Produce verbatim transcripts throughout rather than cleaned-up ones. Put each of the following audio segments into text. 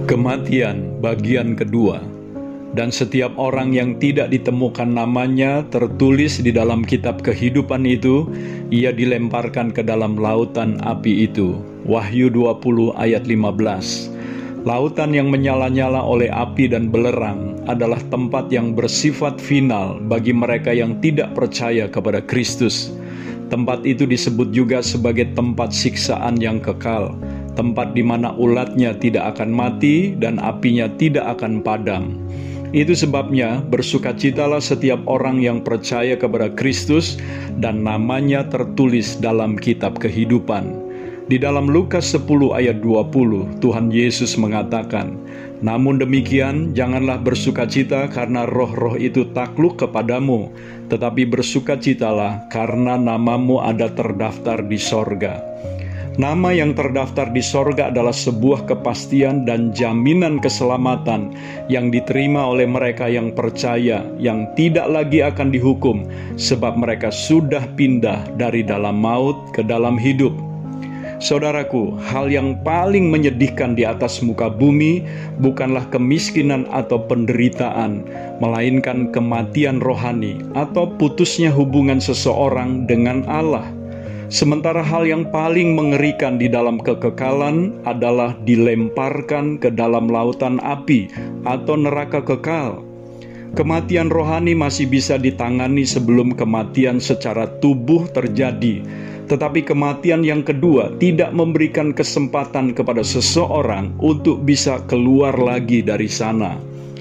Kematian bagian kedua. Dan setiap orang yang tidak ditemukan namanya tertulis di dalam kitab kehidupan itu, ia dilemparkan ke dalam lautan api itu. Wahyu dua puluh ayat lima belas. Lautan yang menyala-nyala oleh api dan belerang adalah tempat yang bersifat final bagi mereka yang tidak percaya kepada Kristus. Tempat itu disebut juga sebagai tempat siksaan yang kekal, tempat di mana ulatnya tidak akan mati dan apinya tidak akan padam. Itu sebabnya bersukacitalah setiap orang yang percaya kepada Kristus dan namanya tertulis dalam kitab kehidupan. Di dalam Lukas sepuluh ayat dua puluh, Tuhan Yesus mengatakan, "Namun demikian, janganlah bersukacita karena roh-roh itu takluk kepadamu, tetapi bersukacitalah karena namamu ada terdaftar di sorga." Nama yang terdaftar di sorga adalah sebuah kepastian dan jaminan keselamatan yang diterima oleh mereka yang percaya, yang tidak lagi akan dihukum, sebab mereka sudah pindah dari dalam maut ke dalam hidup. Saudaraku, hal yang paling menyedihkan di atas muka bumi bukanlah kemiskinan atau penderitaan, melainkan kematian rohani atau putusnya hubungan seseorang dengan Allah. Sementara hal yang paling mengerikan di dalam kekekalan adalah dilemparkan ke dalam lautan api atau neraka kekal. Kematian rohani masih bisa ditangani sebelum kematian secara tubuh terjadi. Tetapi kematian yang kedua tidak memberikan kesempatan kepada seseorang untuk bisa keluar lagi dari sana.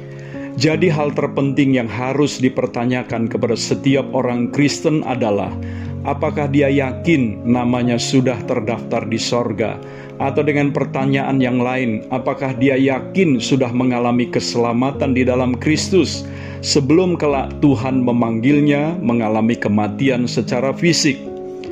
Jadi hal terpenting yang harus dipertanyakan kepada setiap orang Kristen adalah, apakah dia yakin namanya sudah terdaftar di sorga? Atau dengan pertanyaan yang lain, apakah dia yakin sudah mengalami keselamatan di dalam Kristus sebelum kelak Tuhan memanggilnya mengalami kematian secara fisik?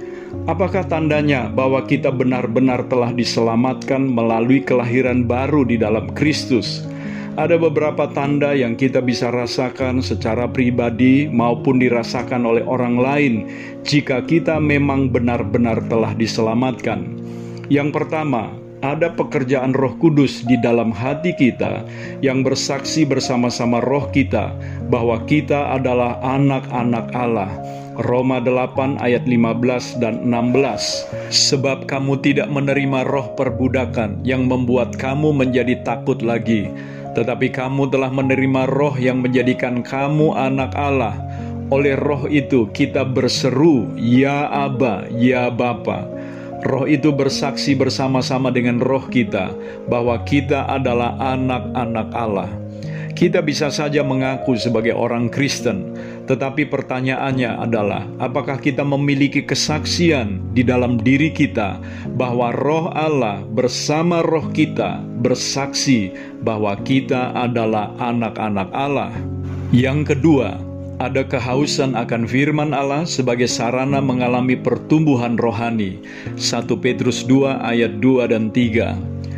Apakah tandanya bahwa kita benar-benar telah diselamatkan melalui kelahiran baru di dalam Kristus? Ada beberapa tanda yang kita bisa rasakan secara pribadi maupun dirasakan oleh orang lain jika kita memang benar-benar telah diselamatkan. Yang pertama, ada pekerjaan Roh Kudus di dalam hati kita yang bersaksi bersama-sama roh kita bahwa kita adalah anak-anak Allah. Roma delapan ayat lima belas dan enam belas. Sebab kamu tidak menerima roh perbudakan yang membuat kamu menjadi takut lagi, tetapi kamu telah menerima roh yang menjadikan kamu anak Allah. Oleh roh itu kita berseru, "Ya Aba, ya Bapa." Roh itu bersaksi bersama-sama dengan roh kita bahwa kita adalah anak-anak Allah. Kita bisa saja mengaku sebagai orang Kristen, tetapi pertanyaannya adalah, apakah kita memiliki kesaksian di dalam diri kita bahwa roh Allah bersama roh kita bersaksi bahwa kita adalah anak-anak Allah? Yang kedua, ada kehausan akan firman Allah sebagai sarana mengalami pertumbuhan rohani. satu Petrus dua ayat dua dan tiga.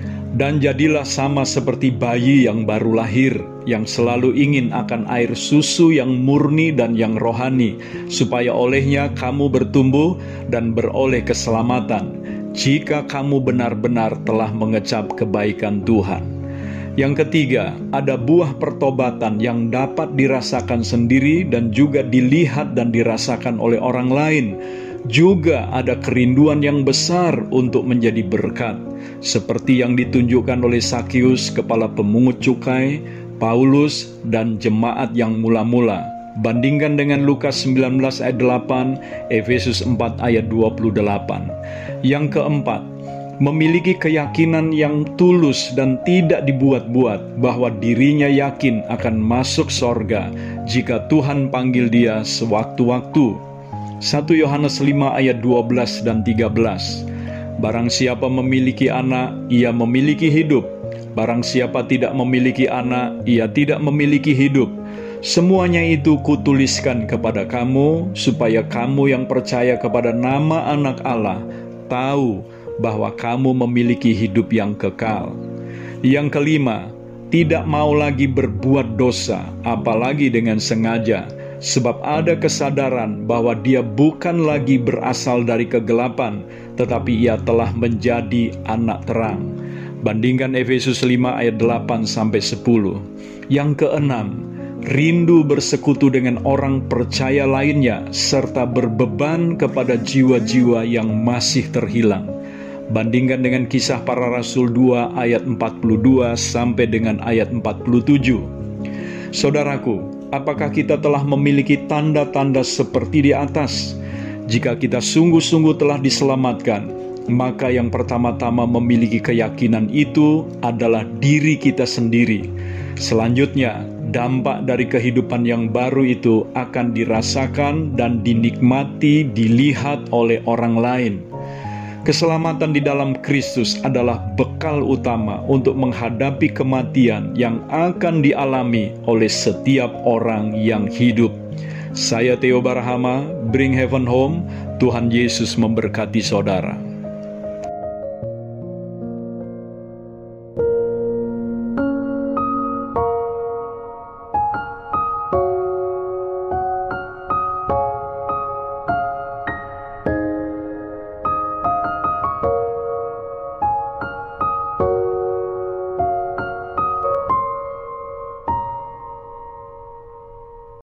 Dan jadilah sama seperti bayi yang baru lahir, yang selalu ingin akan air susu yang murni dan yang rohani, supaya olehnya kamu bertumbuh dan beroleh keselamatan, jika kamu benar-benar telah mengecap kebaikan Tuhan. Yang ketiga, ada buah pertobatan yang dapat dirasakan sendiri dan juga dilihat dan dirasakan oleh orang lain. Juga ada kerinduan yang besar untuk menjadi berkat, seperti yang ditunjukkan oleh Sakius, kepala pemungut cukai, Paulus, dan jemaat yang mula-mula. Bandingkan dengan Lukas sembilan belas ayat delapan, Efesus empat ayat dua puluh delapan. Yang keempat, memiliki keyakinan yang tulus dan tidak dibuat-buat bahwa dirinya yakin akan masuk sorga jika Tuhan panggil dia sewaktu-waktu. satu Yohanes lima ayat dua belas dan tiga belas. Barang siapa memiliki anak, ia memiliki hidup. Barang siapa tidak memiliki anak, ia tidak memiliki hidup. Semuanya itu kutuliskan kepada kamu, supaya kamu yang percaya kepada nama anak Allah tahu bahwa kamu memiliki hidup yang kekal. Yang kelima, tidak mau lagi berbuat dosa, apalagi dengan sengaja, sebab ada kesadaran bahwa dia bukan lagi berasal dari kegelapan, tetapi ia telah menjadi anak terang. Bandingkan Efesus lima ayat delapan sampai sepuluh. Yang keenam, rindu bersekutu dengan orang percaya lainnya serta berbeban kepada jiwa-jiwa yang masih terhilang. Bandingkan dengan Kisah Para Rasul dua ayat empat puluh dua sampai dengan ayat empat puluh tujuh. Saudaraku, apakah kita telah memiliki tanda-tanda seperti di atas? Jika kita sungguh-sungguh telah diselamatkan, maka yang pertama-tama memiliki keyakinan itu adalah diri kita sendiri. Selanjutnya, dampak dari kehidupan yang baru itu akan dirasakan dan dinikmati, dilihat oleh orang lain. Keselamatan di dalam Kristus adalah bekal utama untuk menghadapi kematian yang akan dialami oleh setiap orang yang hidup. Saya Theo Barahama, Bring Heaven Home. Tuhan Yesus memberkati saudara.